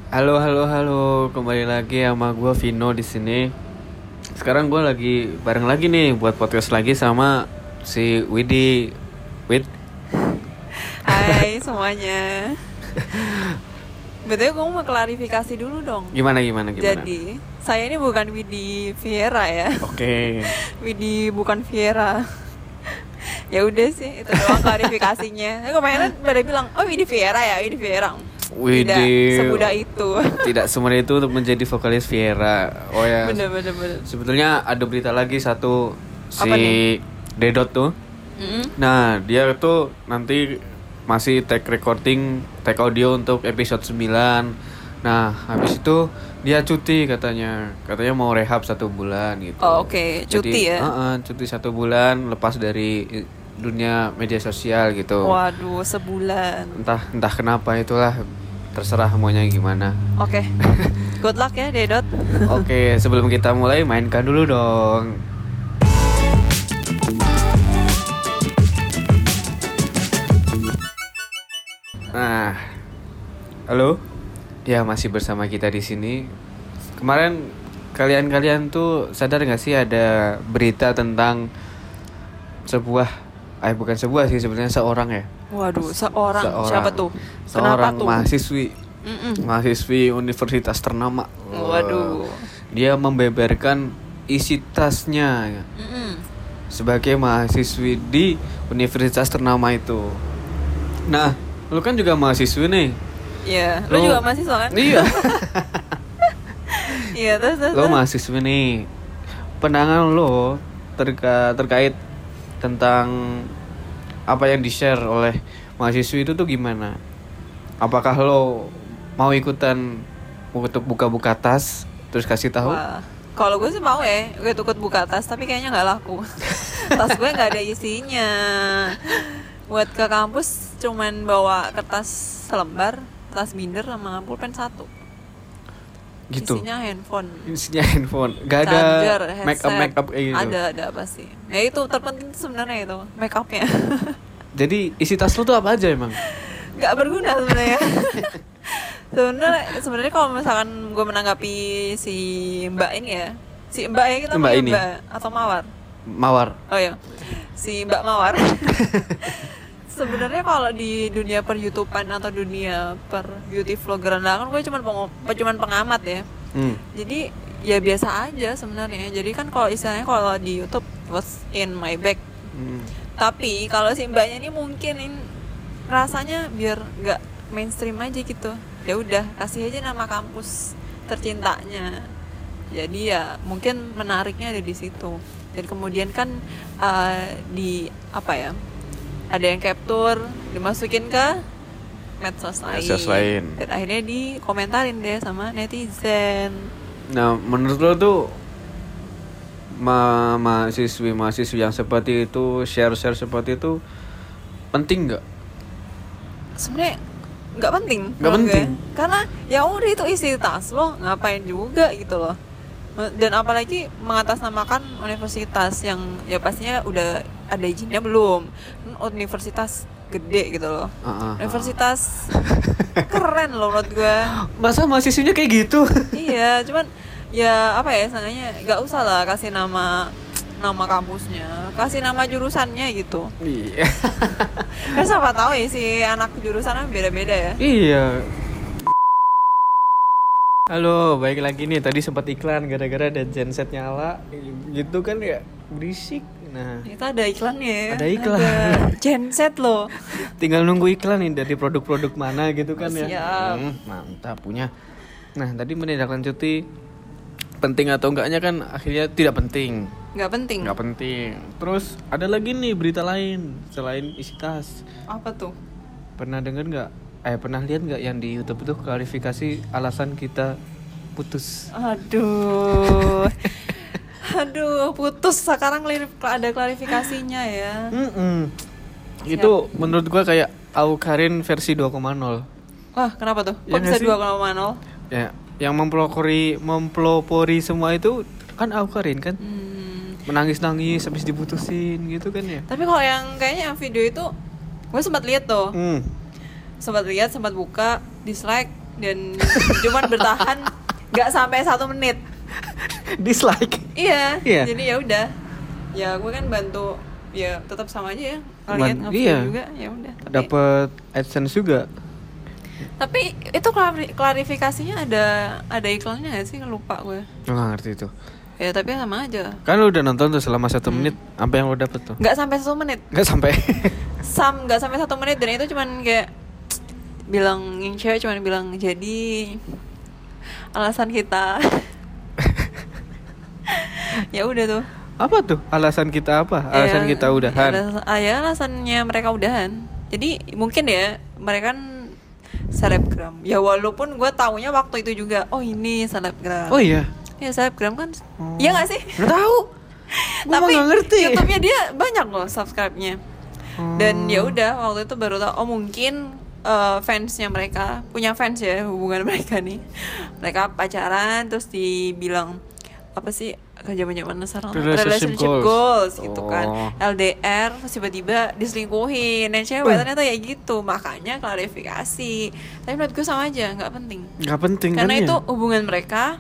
Halo, halo, halo. Kembali lagi sama gue Vino di sini. Sekarang gue lagi bareng lagi nih buat podcast lagi sama si Widi. Wid. Hai semuanya. Betul, gue mau klarifikasi dulu dong. Gimana? Jadi, saya ini bukan Widi Viera ya. Oke. Widi bukan Viera. Ya udah sih, itu doang klarifikasinya. Kemarin pada bilang, "Oh, Widi Viera ya, Widi Viera." Widi. Tidak semudah itu. Tidak semudah itu untuk menjadi vokalis Viera. Oh ya. Bener. Sebetulnya ada berita lagi satu Apa si nih? Dedot tuh. Nah, dia tuh nanti masih take audio untuk episode 9. Nah, habis itu dia cuti katanya mau rehab 1 bulan gitu. Oh, oke. Cuti ya? Cuti 1 bulan, lepas dari dunia media sosial gitu. Waduh, sebulan. Entah kenapa, itulah, terserah maunya gimana. Oke. Good luck ya, Dedot. Oke, sebelum kita mulai, mainkan dulu dong. Nah, halo. Ya, masih bersama kita di sini. Kemarin kalian tuh sadar nggak sih ada berita tentang bukan sebuah sih, sebenarnya seorang ya. Waduh, seorang. Siapa tuh? Seorang Kenapa tuh? mahasiswi universitas ternama. Waduh. Dia membeberkan isi tasnya sebagai mahasiswi di universitas ternama itu. Nah, lu kan juga mahasiswi nih. Iya, lu juga mahasiswa kan? Iya. Iya, terus. Lo mahasiswi nih. Pandangan lo terkait tentang apa yang di-share oleh mahasiswi itu tuh gimana? Apakah lo mau ikutan untuk buka-buka tas terus kasih tahu? Wah, kalau gue sih mau ya, gue ikut buka tas, tapi kayaknya nggak laku. Tas gue nggak ada isinya. Buat ke kampus cuman bawa kertas selembar, tas binder sama pulpen 1. Gitu. Isinya handphone. Gak ada charger, make headset. up kayak gitu. Ada pasti. Ya itu terpenting sebenarnya itu make upnya. Jadi isi tas lo tuh apa aja emang? Nggak berguna sebenarnya. sebenarnya kalau misalkan gue menanggapi si Mbak ini ya, si Mbak ya, kita Mbak panggil ini. Mbak atau Mawar. Mawar. Oh ya, si Mbak Mawar. Sebenarnya kalau di dunia per YouTubean atau dunia per beauty vloggeran lah, kan gue cuman pengamat ya. Jadi ya biasa aja sebenarnya. Jadi kan kalau istilahnya kalau di YouTube what's in my bag. Tapi kalau si Mbaknya ini mungkin rasanya biar nggak mainstream aja gitu. Ya udah, kasih aja nama kampus tercintanya. Jadi ya mungkin menariknya ada di situ. Dan kemudian kan di apa ya? Ada yang capture, dimasukin ke medsos lain. Dan akhirnya dikomentarin deh sama netizen. Nah, menurut lo tuh mahasiswi yang seperti itu, share seperti itu penting nggak? Sebenarnya nggak penting. Nggak penting. Karena ya udah, itu isi tas lo, ngapain juga gitu loh. Dan apalagi mengatasnamakan universitas yang ya pastinya udah ada izinnya belum. Universitas gede gitu loh. Universitas keren loh menurut gue. Masa mahasiswinya kayak gitu? Iya, cuman ya apa ya, seenggaknya nggak usah lah kasih nama kampusnya, kasih nama jurusannya gitu. Iya. Kan siapa tahu ya si anak jurusannya beda-beda ya. Iya. Halo, baik lagi nih. Tadi sempat iklan gara-gara ada genset nyala gitu kan ya, berisik. Nah, itu ada iklannya ya. Ada iklan. Ada genset loh. Tinggal nunggu iklan nih dari produk-produk mana gitu kan ya. Siap. Mantap punya. Nah, tadi menindaklanjuti penting atau enggaknya kan akhirnya tidak penting. Nggak penting. Terus ada lagi nih berita lain selain isi tas. Apa tuh? Pernah dengar nggak? Pernah lihat nggak yang di YouTube itu klarifikasi alasan kita putus? Aduh, putus sekarang ada klarifikasinya ya. Itu menurut gua kayak Awkarin versi 2.0. Wah, kenapa tuh? Kok Ya bisa nggak sih? 2.0? Ya, yang mempelopori semua itu kan Awkarin kan? Menangis-nangis habis diputusin gitu kan ya. Tapi kalau yang kayaknya yang video itu gue sempat lihat tuh. Sempat buka, dislike, dan cuman bertahan nggak sampai 1 menit. Dislike. Iya. Iya. Jadi ya udah. Ya gue kan bantu, ya tetap sama aja ya. Kalian nge-view Iya. juga, ya udah. Dapat AdSense juga. Tapi itu klarifikasinya ada iklannya nggak sih? Lupa gue. Nggak ngerti itu. Ya tapi sama aja. Kan lu udah nonton tuh selama 1 menit, apa yang lu dapet tuh? Nggak sampai 1 menit. Nggak sampai. Nggak sampai 1 menit, dan itu cuman kayak bilang, yang cewek cuman bilang, jadi alasan kita. Ya udah tuh. Apa tuh? Alasan kita apa? Alasan kita udahan. Ya alasannya mereka udahan. Jadi mungkin ya mereka kan selebgram. Ya walaupun gue taunya waktu itu juga, oh ini selebgram. Oh iya. Ya selebgram kan. Iya nggak sih? Nggak tahu. Gua Tapi nggak ngerti. YouTube-nya dia banyak loh subscribe-nya. Dan ya udah waktu itu baru tau, oh mungkin fansnya mereka punya fans ya, hubungan mereka nih. Mereka pacaran terus dibilang apa sih, ke zaman-zaman sekarang relationship goals gitu kan. LDR terus tiba-tiba diselingkuhin. Dan cewek ternyata ya gitu. Makanya klarifikasi. Tapi menurut gue sama aja, nggak penting. Nggak penting karena kan itu ya? hubungan mereka.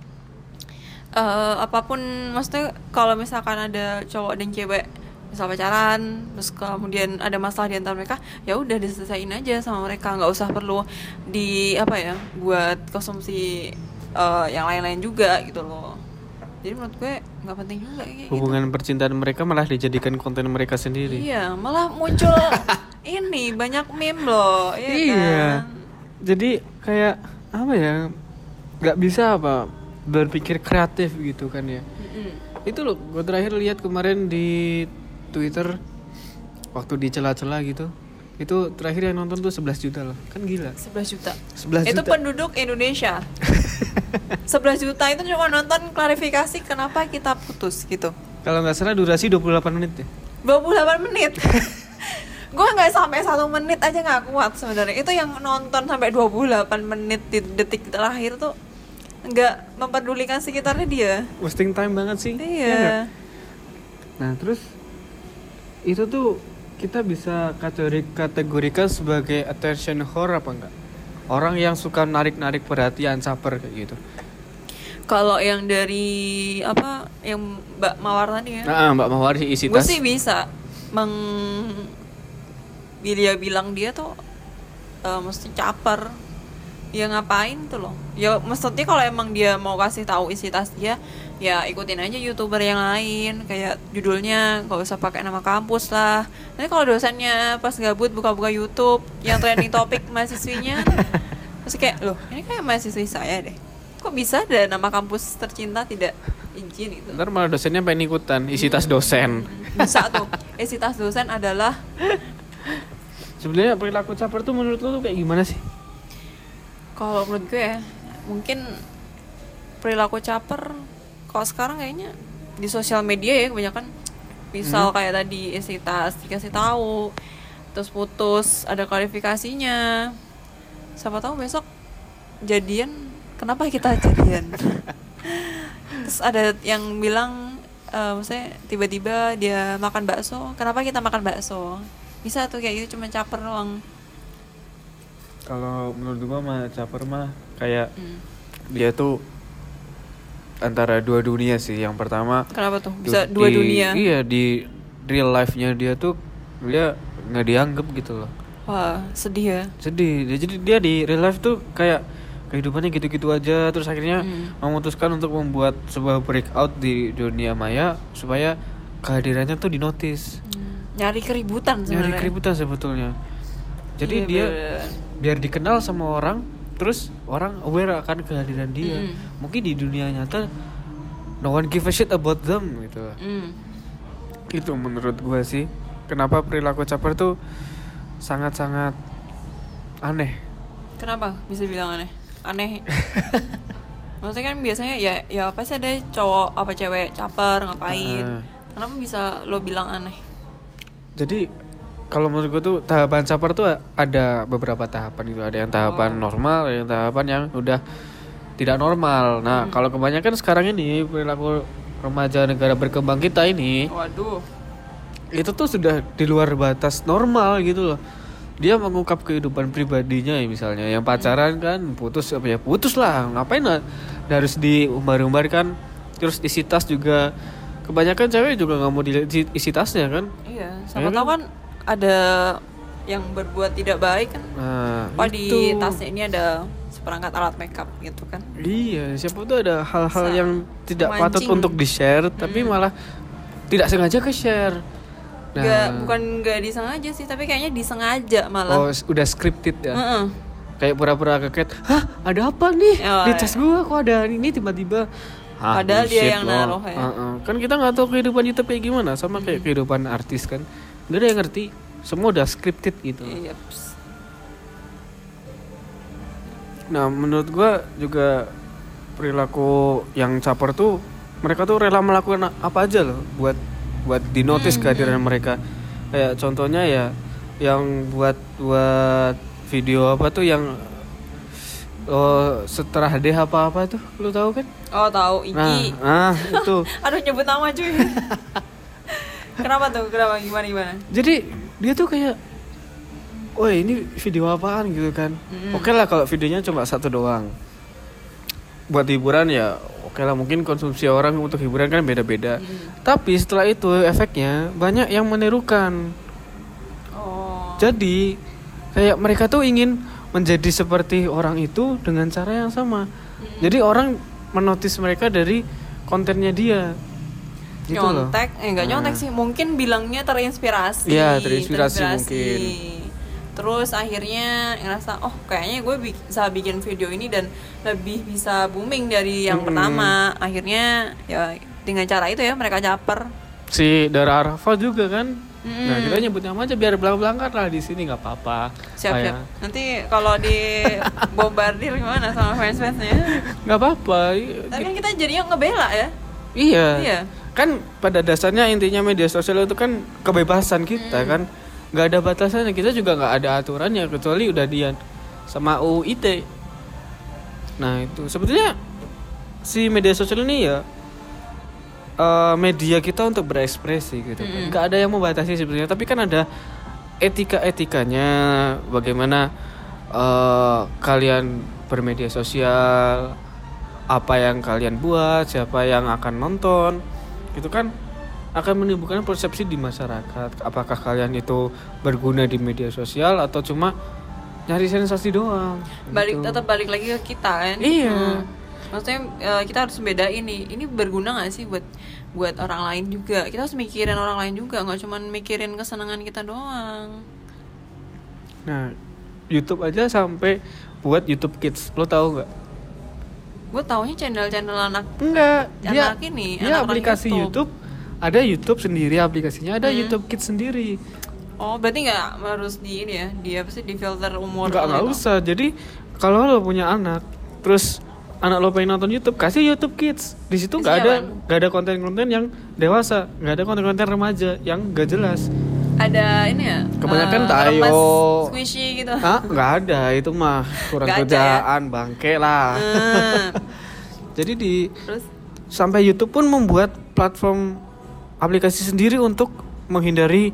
Apapun, maksudnya kalau misalkan ada cowok dan cewek misal pacaran, terus kemudian ada masalah di antara mereka, ya udah diselesain aja sama mereka, nggak usah perlu buat konsumsi yang lain-lain juga gitu loh. Jadi menurut gue nggak penting juga kayak Hubungan gitu. percintaan mereka malah dijadikan konten mereka sendiri. Iya, malah muncul ini banyak meme loh, Iya. kan? Jadi kayak apa ya? Nggak bisa berpikir kreatif gitu kan ya. Itu loh, gue terakhir lihat kemarin di Twitter waktu di celah-celah gitu. Itu terakhir yang nonton tuh 11 juta loh. Kan gila. 11 juta. 11 Itu juta. penduduk Indonesia. 11 juta itu cuma nonton klarifikasi kenapa kita putus gitu. Kalau nggak salah durasi 28 menit ya. 28 menit. Gue nggak sampai 1 menit aja nggak kuat sebenarnya. Itu yang nonton sampai 28 menit di detik terakhir tuh nggak memperdulikan sekitarnya dia. Wasting time banget sih. Ya nggak? Iya. Nah terus itu tuh kita bisa kategorikan sebagai attention whore apa enggak? Orang yang suka narik-narik perhatian, caper kayak gitu. Kalau yang dari yang Mbak Mawar tadi ya, Mbak Mawar isi gue tas. sih bisa bilang dia tuh mesti caper. Ya ngapain tuh loh? Ya maksudnya kalau emang dia mau kasih tahu isi tas dia, ya ikutin aja YouTuber yang lain, kayak judulnya gak usah pakai nama kampus lah. Nanti kalau dosennya pas gabut buka-buka YouTube yang trending topik mahasiswinya, terus kayak, loh ini kayak mahasiswi saya deh, kok bisa ada nama kampus tercinta tidak izin itu. Ntar malah dosennya pengen ikutan isi tas dosen. Bisa tuh, isi tas dosen adalah. Sebenarnya perilaku caper tuh menurut lo tuh kayak gimana sih? Kalau menurut gue ya, mungkin perilaku caper kalau sekarang kayaknya di sosial media ya kebanyakan. Misal kayak tadi isi tas dikasih tahu, terus putus, ada klarifikasinya. Siapa tahu besok jadian, kenapa kita jadian? Terus ada yang bilang, maksudnya tiba-tiba dia makan bakso, kenapa kita makan bakso? Bisa tuh kayak gitu, cuma caper doang. Kalau menurut gua mah caper mah kayak dia tuh antara dua dunia sih. Yang pertama, kenapa tuh bisa dua dunia? Iya, di real life-nya dia tuh dia nggak dianggap gitu loh. Wah, sedih ya. Sedih. Jadi dia di real life tuh kayak kehidupannya gitu-gitu aja, terus akhirnya memutuskan untuk membuat sebuah breakout di dunia maya supaya kehadirannya tuh dinotis. Nyari keributan sebenarnya. Nyari keributan sebetulnya. Jadi Iya, dia bener. biar dikenal sama orang, terus orang aware akan kehadiran dia. Mungkin di dunia nyata no one give a shit about them gitu. Itu menurut gue sih kenapa perilaku caper tuh sangat-sangat aneh. Kenapa bisa bilang aneh? Aneh. Maksudnya kan biasanya ya apa sih ada cowok apa cewek caper ngapain? Kenapa bisa lo bilang aneh? Jadi kalau menurut gue tuh tahapan caper tuh ada beberapa tahapan gitu. Ada yang tahapan normal, ada yang tahapan yang udah tidak normal. Nah kalau kebanyakan sekarang ini perilaku remaja negara berkembang kita ini, Waduh. itu tuh sudah di luar batas normal gitu loh. dia mengungkap kehidupan pribadinya ya, misalnya yang pacaran kan putus lah, ngapain lah harus diumbar-umbar kan, terus isi tas juga kebanyakan cewek juga nggak mau isi tasnya kan. Iya, sama tahu kan ada yang berbuat tidak baik kan. Nah, di tasnya ini ada seperangkat alat makeup gitu kan. Iya, siapa tuh ada hal-hal yang tidak patut untuk di-share tapi malah tidak sengaja ke-share. Nah, bukan nggak disengaja sih, tapi kayaknya disengaja malah. Oh, udah scripted ya. Kayak pura-pura kaget. Hah, ada apa nih? Di tas gua kok ada ini tiba-tiba. Padahal dia yang naruh ya. Kan kita nggak tahu kehidupan YouTube kayak gimana, sama kayak kehidupan artis kan. Nggak ada yang ngerti. Semua udah scripted gitu. Nah, menurut gua juga perilaku yang caper tuh, mereka tuh rela melakukan apa aja loh buat dinotis kehadiran mereka. Kayak contohnya ya yang buat video apa tuh yang setelah deh apa tuh, lu tahu kan? Oh, tahu, Iki. Nah, itu. Aduh, nyebut nama cuy. Kenapa gimana? Jadi dia tuh kayak, oh ini video apaan gitu kan. Oke lah kalau videonya cuma satu doang, buat hiburan ya oke lah, mungkin konsumsi orang untuk hiburan kan beda-beda. Tapi setelah itu efeknya banyak yang menirukan. Jadi kayak mereka tuh ingin menjadi seperti orang itu dengan cara yang sama. Jadi orang menotis mereka dari kontennya dia. Gitu nyontek, enggak nyontek sih, mungkin bilangnya terinspirasi. Iya, terinspirasi mungkin. Terus akhirnya ngerasa, oh kayaknya gue bisa bikin video ini dan lebih bisa booming dari yang pertama. Akhirnya ya dengan cara itu ya mereka caper. Si Dara Arafah juga kan. Nah, kita nyebut nama aja biar belak-belakan lah di sini, nggak apa-apa. Siap. Nanti kalau di bombardir gimana sama fans-fansnya? Nggak apa-apa. Tapi kan kita jadinya ngebela ya. Iya. Kan pada dasarnya intinya media sosial itu kan kebebasan kita kan. Nggak ada batasannya, kita juga nggak ada aturannya kecuali udah dian sama UU ITE. Nah itu sebetulnya si media sosial ini ya media kita untuk berekspresi gitu kan. Nggak ada yang membatasi sebenarnya, tapi kan ada etikanya bagaimana kalian bermedia sosial, apa yang kalian buat, siapa yang akan nonton, itu kan akan menimbulkan persepsi di masyarakat. Apakah kalian itu berguna di media sosial atau cuma nyari sensasi doang? Tetap balik lagi ke kita kan. Iya. Maksudnya kita harus bedain ini berguna nggak sih buat orang lain juga. Kita harus mikirin orang lain juga, nggak cuma mikirin kesenangan kita doang. Nah, YouTube aja sampai buat YouTube Kids, lo tahu nggak? Gue taunya channel-channel anak. Enggak, anak ini. Dia aplikasi YouTube. Ada YouTube sendiri aplikasinya, ada YouTube Kids sendiri. Oh, berarti nggak harus di ini ya? Dia pasti di filter umur. Nggak usah. Jadi kalau lo punya anak, terus anak lo pengen nonton YouTube, kasih YouTube Kids. Di situ nggak ada konten-konten yang dewasa, nggak ada konten-konten remaja yang nggak jelas. Ada ini ya? Kebanyakan tayo, squishy gitu. Nggak ada, itu mah kurang kerjaan ya? Bangke lah. Jadi sampai YouTube pun membuat platform aplikasi sendiri untuk menghindari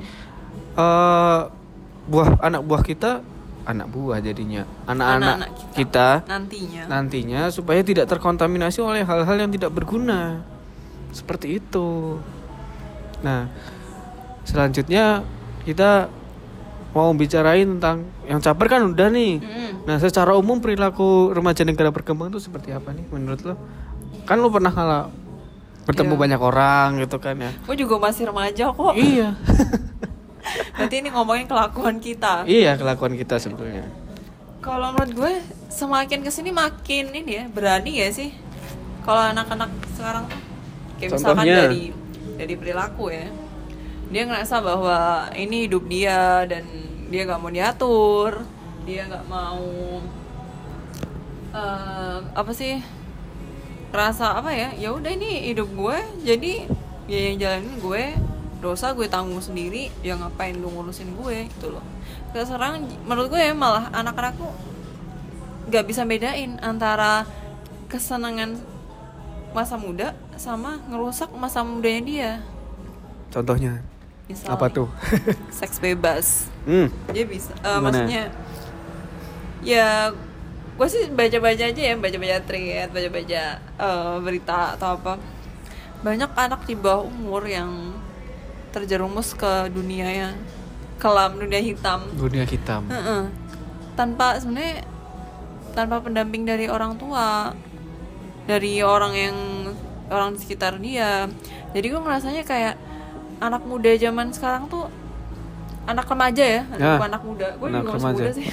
anak buah jadinya anak-anak kita nantinya supaya tidak terkontaminasi oleh hal-hal yang tidak berguna seperti itu. Nah, selanjutnya kita mau bicarain tentang yang caper kan udah nih. Nah, secara umum perilaku remaja negara berkembang itu seperti apa nih menurut lo? Kan lo pernah bertemu banyak orang gitu kan ya. Gue juga masih remaja kok. Iya. Berarti ini ngomongin kelakuan kita. Iya, kelakuan kita sebetulnya. Kalau menurut gue semakin kesini makin ini ya, berani ya sih. Kalau anak-anak sekarang kayak misalkan dari perilaku ya, dia ngerasa bahwa ini hidup dia dan dia nggak mau diatur, dia nggak mau rasa ya udah ini hidup gue, jadi ya yang jalanin gue, dosa gue tanggung sendiri, ya ngapain lu ngurusin gue gitu loh. Sekarang menurut gue malah anak-anak tuh nggak bisa bedain antara kesenangan masa muda sama ngerusak masa mudanya dia. Contohnya Misalnya, apa tuh? seks bebas. Dia bisa, maksudnya ya gue sih baca-baca aja ya, baca-baca thread, baca-baca berita atau apa. Banyak anak di bawah umur yang terjerumus ke dunia yang kelam, dunia hitam. Tanpa sebenarnya tanpa pendamping dari orang tua, dari orang di sekitar dia. Jadi gue ngerasanya kayak anak muda zaman sekarang tuh, anak remaja ya, bukan anak muda. Gue juga masih muda sih.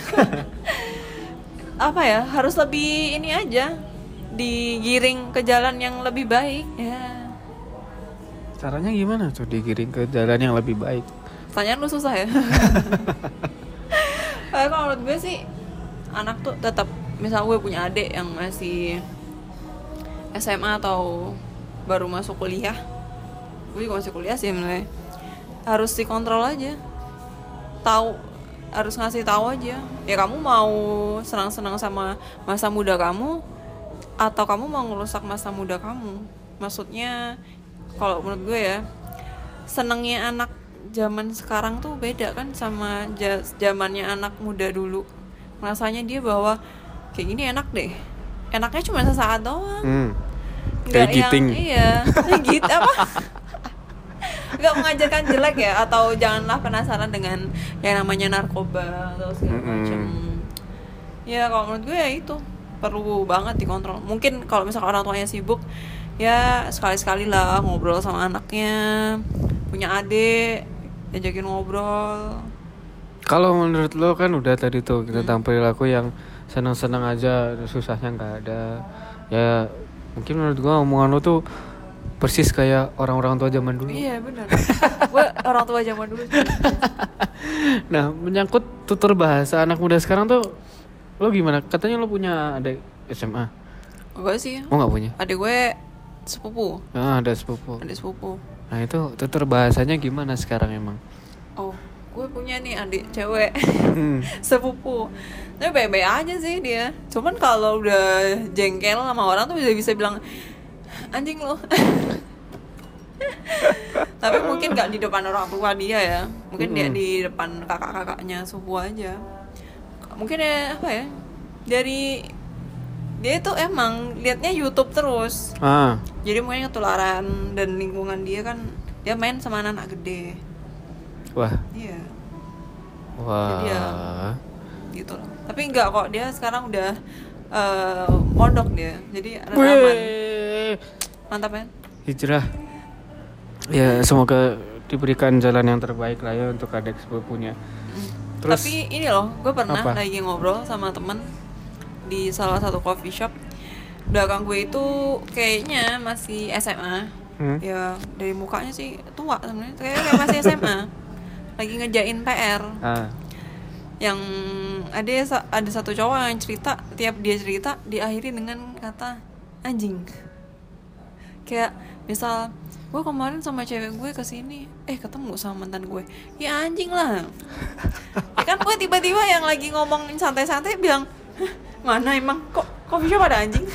Apa ya, harus lebih ini aja, digiring ke jalan yang lebih baik ya. Caranya gimana tuh digiring ke jalan yang lebih baik? Pertanyaan lu susah ya. Kalau menurut gue sih, anak tuh tetap, misal gue punya adik yang masih SMA atau baru masuk kuliah, gue juga masih kuliah sih sebenarnya, harus dikontrol aja, harus ngasih tahu aja, ya kamu mau senang-senang sama masa muda kamu atau kamu mau ngerusak masa muda kamu. Maksudnya kalau menurut gue ya, senengnya anak zaman sekarang tuh beda kan sama zamannya anak muda dulu. Rasanya dia bahwa kayak gini enak deh, enaknya cuma sesaat doang. Kayak giting. Iya, gitu apa? Nggak mengajarkan jelek ya, atau janganlah penasaran dengan yang namanya narkoba atau segala macam. Ya kalau menurut gue ya itu perlu banget dikontrol. Mungkin kalau misalkan orang tuanya sibuk, ya sekali-sekali lah ngobrol sama anaknya. Punya adik, ajakin ngobrol. Kalau menurut lo kan udah tadi tuh kita tampil perilaku yang senang-senang aja, susahnya nggak ada. Ya mungkin menurut gue omongan lo tuh persis kayak orang-orang tua zaman dulu. Iya benar. Gue orang tua zaman dulu. Nah, menyangkut tutur bahasa anak muda sekarang tuh, lo gimana? Katanya lo punya adik SMA? Gue sih. Oh nggak punya? Adik gue sepupu. Ada sepupu. Adik sepupu. Nah itu tutur bahasanya gimana sekarang emang? Oh, gue punya nih adik cewek sepupu. Tapi baik-baik aja sih dia. Cuman kalau udah jengkel sama orang tuh bisa bilang anjing lo. Tapi mungkin gak di depan orang tua dia ya. Mungkin dia di depan kakak-kakaknya sepupu aja. Mungkin ya apa ya, dari dia tuh emang liatnya YouTube terus. Jadi mungkin ketularan, dan lingkungan dia kan dia main sama anak gede. Wah. Iya. Wah. Jadi ya gitu loh. Tapi enggak kok, dia sekarang udah mondok dia. Jadi aman. Mantap kan? Hijrah. Ya semoga diberikan jalan yang terbaik lah ya untuk adik sepupunya. Terus, tapi ini loh, gue pernah lagi ngobrol sama temen di salah satu coffee shop. Belakang gue itu kayaknya masih SMA. Ya dari mukanya sih tua sebenarnya, kayak masih SMA. Lagi ngejain PR. Yang ada satu cowok yang cerita, tiap dia cerita diakhiri dengan kata anjing. Kayak misal, gue kemarin sama cewek gue kesini, ketemu sama mantan gue, ya anjing lah. Ya kan gue tiba-tiba yang lagi ngomong santai-santai bilang, mana emang kok coffee shop ada anjing.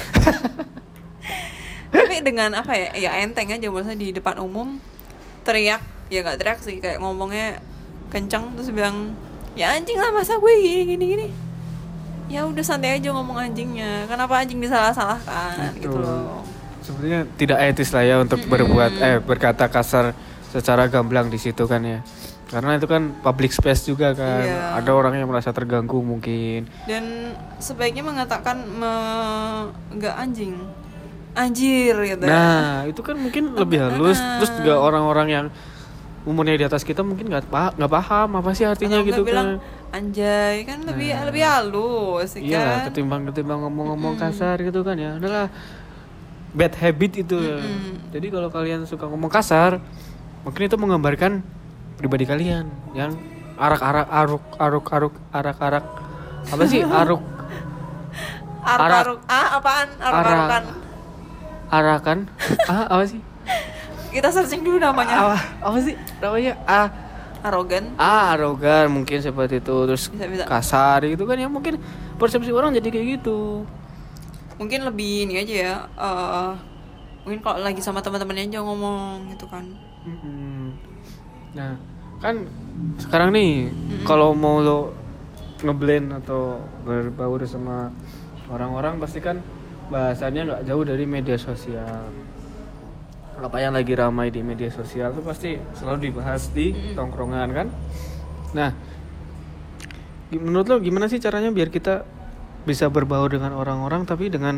Tapi dengan apa ya enteng aja, maksudnya di depan umum teriak, ya nggak teriak sih, kayak ngomongnya kencang terus bilang ya anjing lah, masa gue gini. Ya udah santai aja ngomong anjingnya, kenapa anjing disalah-salahkan gitu loh. Sebenarnya tidak etis lah ya untuk berkata kasar secara gamblang di situ kan ya. Karena itu kan public space juga kan. Iya. Ada orang yang merasa terganggu mungkin. Dan sebaiknya mengatakan enggak anjing, anjir gitu. Nah, itu kan mungkin lebih halus. Terus juga orang-orang yang umurnya di atas kita mungkin nggak paham apa sih artinya gitu kan. Anjay kan lebih halus sih kan. Iya, ketimbang ngomong-ngomong kasar gitu kan ya. Adalah bad habit itu. Jadi kalau kalian suka ngomong kasar, mungkin itu menggambarkan pribadi kalian yang arak-arak apa sih aruk apaan aruk-arukan arakan apa sih, kita searching dulu namanya apa sih namanya, arogan mungkin seperti itu. Terus bisa. Kasar gitu kan ya, mungkin persepsi orang jadi kayak gitu. Mungkin lebih ini aja ya, mungkin kalau lagi sama teman-temannya aja ngomong gitu kan. Nah, kan sekarang nih kalau mau lo ngeblend atau berbaur sama orang-orang pasti kan bahasannya nggak jauh dari media sosial. Apa yang lagi ramai di media sosial tuh pasti selalu dibahas di tongkrongan kan. Nah, menurut lo gimana sih caranya biar kita bisa berbaur dengan orang-orang tapi dengan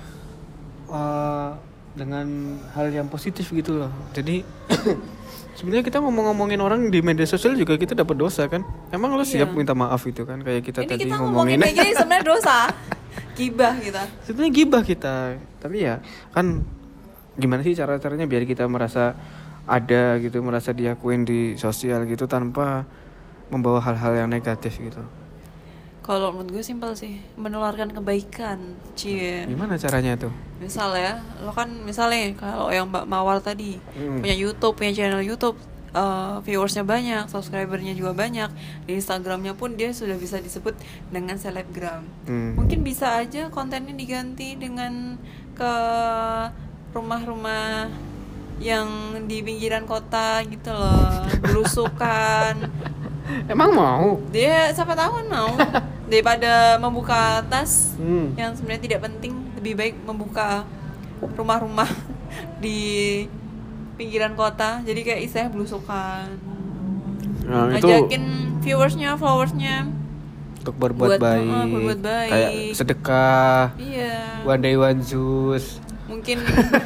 hal yang positif gitu loh. Jadi sebenarnya kita ngomongin orang di media sosial juga kita dapat dosa kan. Emang lo siap minta maaf itu kan kayak kita ini tadi kita ngomongin kayak gini sebenarnya dosa. Gibah kita. Sebenarnya gibah kita. Tapi ya kan gimana sih caranya biar kita merasa ada gitu, merasa diakuin di sosial gitu tanpa membawa hal-hal yang negatif gitu. Kalau menurut gue simpel sih, menularkan kebaikan. Cie. Gimana caranya tuh? Misal ya, lo kan misalnya kalau yang Mbak Mawar tadi punya YouTube, punya channel YouTube, viewersnya banyak, subscribernya juga banyak, di Instagramnya pun dia sudah bisa disebut dengan selebgram. Mungkin bisa aja kontennya diganti dengan ke rumah-rumah yang di pinggiran kota gitu loh, belusukan. Emang mau? Dia siapa tahu kan mau. Daripada membuka tas yang sebenarnya tidak penting, lebih baik membuka rumah-rumah di pinggiran kota. Jadi kayak istilahnya belusukan. Nah, ngajakin viewersnya, followersnya untuk berbuat baik. Kayak sedekah. Iya. One day one juice. Mungkin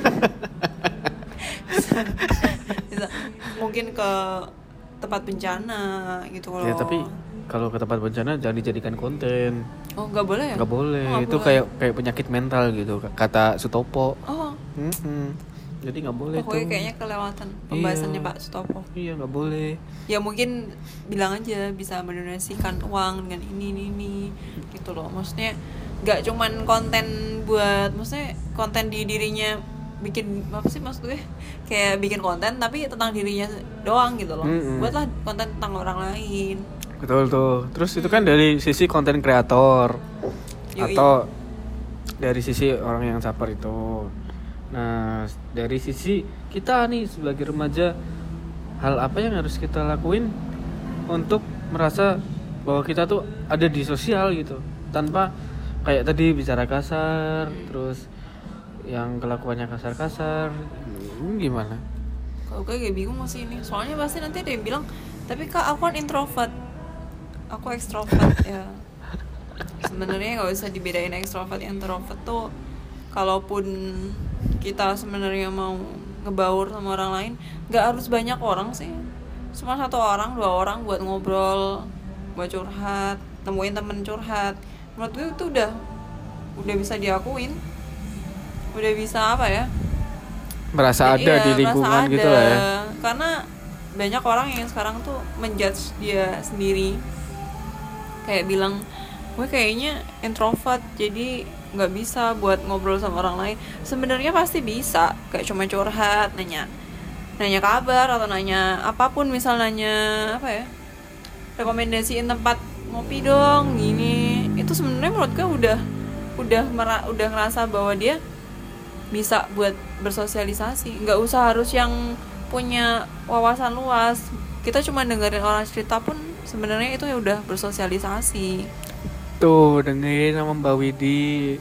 mungkin ke tempat bencana gitu kalau. Ya tapi kalau ke tempat bencana jangan dijadikan konten. Oh, nggak boleh ya? Nggak boleh. Oh, itu boleh. kayak penyakit mental gitu kata Sutopo. Oh. Jadi nggak boleh tuh. Pokoknya kayaknya kelewatan pembahasannya Pak Sutopo. Iya, nggak boleh. Ya mungkin bilang aja bisa mendonasikan uang dengan ini gitu loh. Maksudnya nggak cuman konten buat, maksudnya konten di dirinya, bikin apa sih maksud gue, kayak bikin konten tapi tentang dirinya doang gitu loh. Buatlah konten tentang orang lain. Betul tuh. Terus itu kan dari sisi konten kreator atau dari sisi orang yang caper itu. Nah, dari sisi kita nih sebagai remaja, hal apa yang harus kita lakuin untuk merasa bahwa kita tuh ada di sosial gitu, tanpa kayak tadi bicara kasar, terus yang kelakuannya kasar-kasar, gimana? Kalau gue kayak bingung masih ini, soalnya pasti nanti ada yang bilang, tapi kak aku kan introvert, aku ekstrovert. Ya sebenarnya nggak usah dibedain ekstrovert introvert tuh. Kalaupun kita sebenarnya mau ngebaur sama orang lain, nggak harus banyak orang sih, cuma 1 orang 2 orang buat ngobrol, buat curhat, temuin temen curhat. Menurut gue itu udah bisa diakuin, udah bisa apa ya, merasa ada di lingkungan gitu lah ya. Karena banyak orang yang sekarang tuh menjudge dia sendiri, kayak bilang gue kayaknya introvert jadi nggak bisa buat ngobrol sama orang lain. Sebenarnya pasti bisa, kayak cuma curhat, nanya kabar atau nanya apapun, misal nanya apa ya, rekomendasiin tempat ngopi dong gini. Itu sebenarnya menurut gue udah ngerasa bahwa dia bisa buat bersosialisasi. Nggak usah harus yang punya wawasan luas, kita cuma dengerin orang cerita pun sebenarnya itu ya udah bersosialisasi. Tuh dengerin sama Mbak Widi.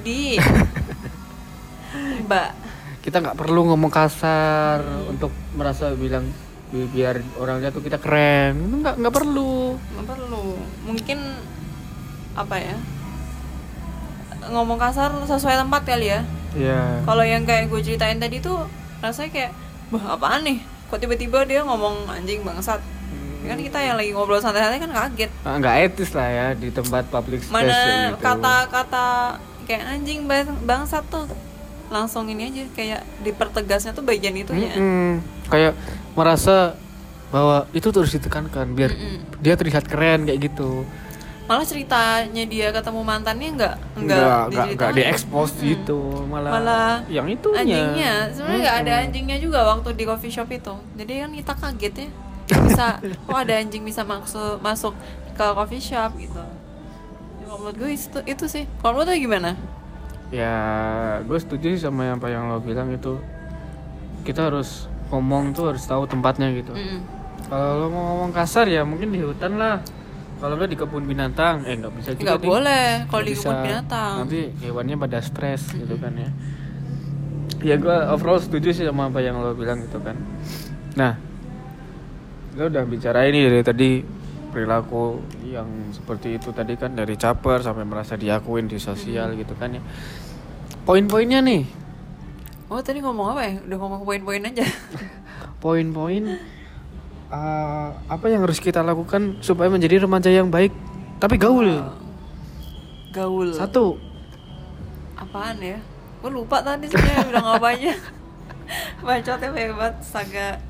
Mbak, kita nggak perlu ngomong kasar untuk merasa bilang biar orang lihat tuh kita keren. Itu nggak perlu. Mungkin apa ya, ngomong kasar sesuai tempat kali ya. Iya. Kalau yang kayak gue ceritain tadi tuh rasanya kayak, wah apaan nih, kok tiba-tiba dia ngomong anjing bangsat. Kan kita yang lagi ngobrol santai-santai kan kaget. Nggak etis lah ya di tempat public space. Mana gitu. kata-kata kayak anjing bangsat tuh langsung ini aja, kayak dipertegasnya tuh bagian itunya. Kayak merasa bahwa itu terus ditekankan biar dia terlihat keren kayak gitu. Malah ceritanya dia ketemu mantannya nggak diekspos gitu, malah yang itunya anjingnya. Sebenarnya nggak ada anjingnya juga waktu di coffee shop itu. Jadi kan kita kaget ya, bisa ada anjing bisa masuk ke coffee shop gitu. Ya, menurut gue itu sih. Kalau menurut lo gimana? Ya gue setuju sih sama apa yang lo bilang itu. Kita harus ngomong tuh harus tahu tempatnya gitu. Kalau lo mau ngomong kasar ya mungkin di hutan lah. Kalau nggak di kebun binatang, nggak bisa juga. Nggak boleh kalau di Nggak kebun bisa. binatang. Nanti hewannya pada stres gitu kan ya. Ya gue overall setuju sih sama apa yang lo bilang gitu kan. Nah, lo udah bicara ini dari tadi perilaku yang seperti itu tadi kan, dari caper sampai merasa diakuin di sosial gitu kan ya. Poin-poinnya nih. Oh tadi ngomong apa ya? Udah ngomong poin-poin aja. Poin-poin apa yang harus kita lakukan supaya menjadi remaja yang baik tapi gaul. Gaul. 1. Apaan ya? Gue lupa tadi sebenarnya bilang apanya. Bacotnya hebat, saga.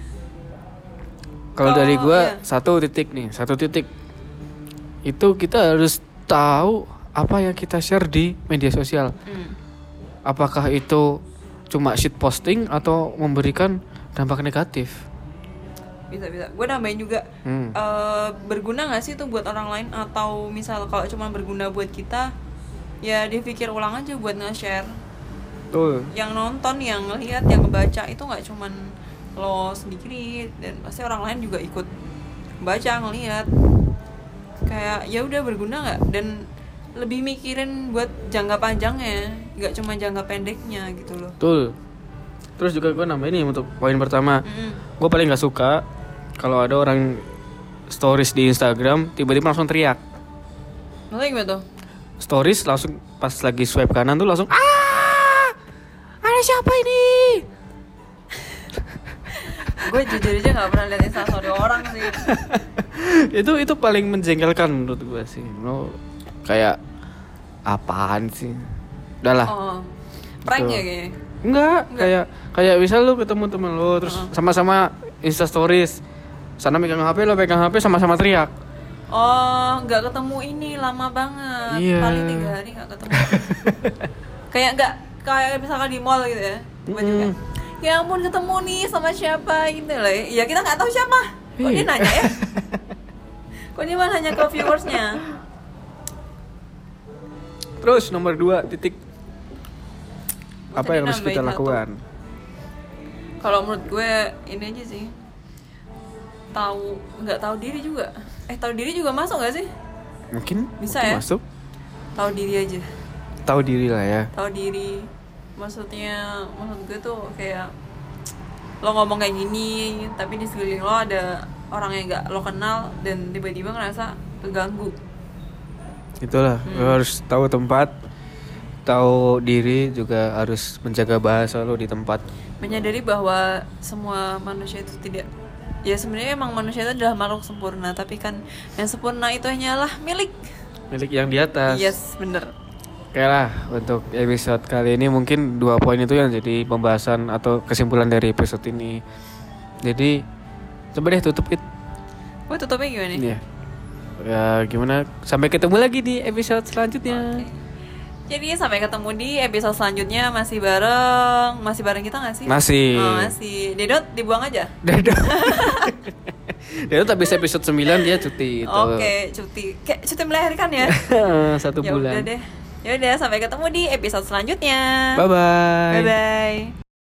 Kalau dari gua iya. 1 titik. Itu kita harus tahu apa yang kita share di media sosial. Apakah itu cuma shit posting atau memberikan dampak negatif? Bisa. Gue nambahin juga. Berguna nggak sih itu buat orang lain, atau misal kalau cuma berguna buat kita, ya dipikir ulang aja buat nge-share. Betul. Yang nonton, yang ngelihat, yang ngebaca itu nggak cuman lo sendiri, dan pasti orang lain juga ikut baca, ngelihat. Kayak ya udah berguna nggak, dan lebih mikirin buat jangka panjangnya, nggak cuma jangka pendeknya gitu loh. Betul. Terus juga gue nambahin nih untuk poin pertama. Gue paling nggak suka kalau ada orang stories di Instagram tiba-tiba langsung teriak. Maksudnya gimana tuh? Stories langsung pas lagi swipe kanan tuh langsung ada siapa ini? Gue jujur aja nggak pernah lihat instastory orang sih. itu paling menjengkelkan menurut gue sih. Lo kayak apaan sih? Udahlah. Oh, prank Gitu. ya kayaknya. Enggak. Kayak misal lu ketemu temen lu terus sama-sama Insta stories. Sana megang HP, lo pegang HP, sama-sama teriak. Oh, nggak ketemu ini lama banget. Iya. Paling 3 hari nggak ketemu. kayak misalkan di mall gitu ya. Tiba-tiba kayak, ya ampun ketemu nih sama siapa gitu lah. Ya kita nggak tahu siapa. Kok dia nanya ya? Kok dia malah nanya ke viewersnya? Terus nomor 2 titik. Gua Apa tadi yang harus nambahin kita satu. lakukan? Kalau menurut gue ini aja sih. Nggak tahu diri juga. Tahu diri juga masuk nggak sih? Mungkin Bisa mungkin ya? masuk. Tahu diri aja. Tahu diri lah ya. Tahu diri. Maksud gue tuh kayak lo ngomong kayak gini, tapi di sekeliling lo ada orang yang nggak lo kenal dan tiba-tiba ngerasa keganggu. Itulah, lo harus tahu tempat, tahu diri, juga harus menjaga bahasa lo di tempat. Menyadari bahwa semua manusia itu tidak, ya sebenarnya emang manusia itu adalah makhluk sempurna, tapi kan yang sempurna itu hanyalah milik yang di atas. Yes, bener. Oke lah, untuk episode kali ini mungkin 2 poin itu yang jadi pembahasan atau kesimpulan dari episode ini. Jadi coba deh tutup it. Gue tutupnya gimana nih? Iya. Ya gimana? Sampai ketemu lagi di episode selanjutnya. Oke. Jadi sampai ketemu di episode selanjutnya, masih bareng kita nggak sih? Masih. Oh, masih. Dedot dibuang aja. Dedot habis episode 9 dia cuti itu. Oke, cuti. Kayak cuti melahirkan ya. 1 bulan. Ya udah deh. Ya udah, sampai ketemu di episode selanjutnya. Bye bye. Bye bye.